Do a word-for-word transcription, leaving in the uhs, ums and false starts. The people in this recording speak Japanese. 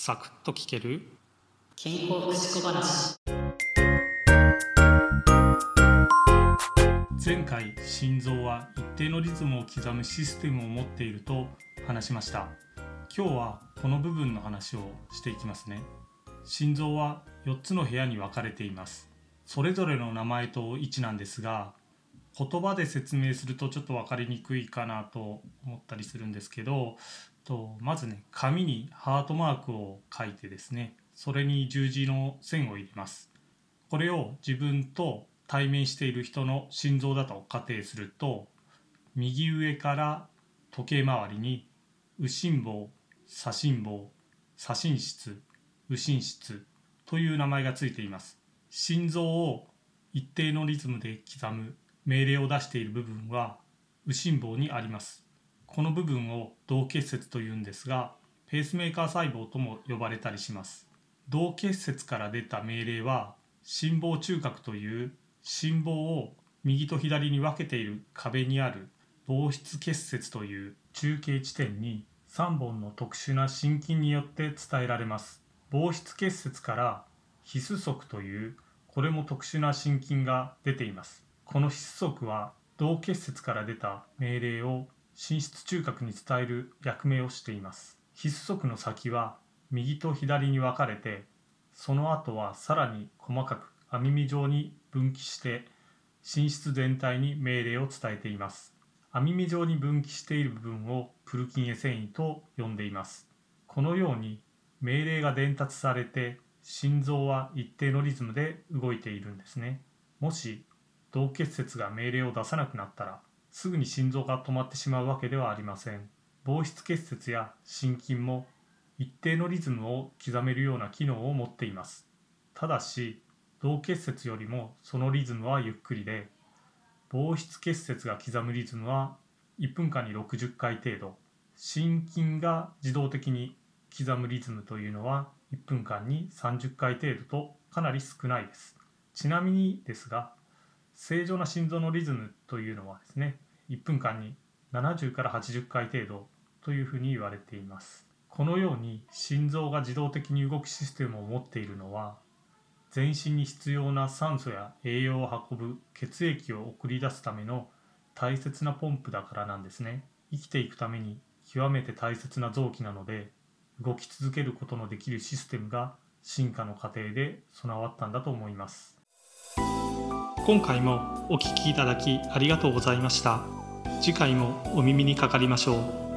サクッと聞ける健康福祉小話。 前回、心臓は一定のリズムを刻むシステムを持っていると話しました。今日はこの部分の話をしていきますね。心臓はよっつの部屋に分かれています。それぞれの名前と位置なんですが、言葉で説明するとちょっと分かりにくいかなと思ったりするんですけど、とまずね、紙にハートマークを書いてですね、それに十字の線を入れます。これを自分と対面している人の心臓だと仮定すると、右上から時計回りに右心房、左心房、左心室、右心室という名前がついています。心臓を一定のリズムで刻む命令を出している部分は右心房にあります。この部分を動結節というんですが、ペースメーカー細胞とも呼ばれたりします。動結節から出た命令は心房中隔という心房を右と左に分けている壁にある房室結節という中継地点にさんぼんの特殊な心筋によって伝えられます。房室結節から皮質束というこれも特殊な心筋が出ています。この皮質束は動結節から出た命令を心室中隔に伝える役目をしています。皮質束の先は右と左に分かれて、その後はさらに細かく網目状に分岐して心室全体に命令を伝えています。網目状に分岐している部分をプルキンエ繊維と呼んでいます。このように命令が伝達されて心臓は一定のリズムで動いているんですね。もし動結節が命令を出さなくなったらすぐに心臓が止まってしまうわけではありません。房室結節や心筋も一定のリズムを刻めるような機能を持っています。ただし動結節よりもそのリズムはゆっくりで、房室結節が刻むリズムはいっぷんかんにろくじゅっかい程度、心筋が自動的に刻むリズムというのはいっぷんかんにさんじゅっかい程度とかなり少ないです。ちなみにですが、正常な心臓のリズムというのはですね、いっぷんかんにななじゅうからはちじゅっかい程度というふうに言われています。このように心臓が自動的に動くシステムを持っているのは、全身に必要な酸素や栄養を運ぶ血液を送り出すための大切なポンプだからなんですね。生きていくために極めて大切な臓器なので、動き続けることのできるシステムが進化の過程で備わったんだと思います。今回もお聞きいただきありがとうございました。次回もお耳にかかりましょう。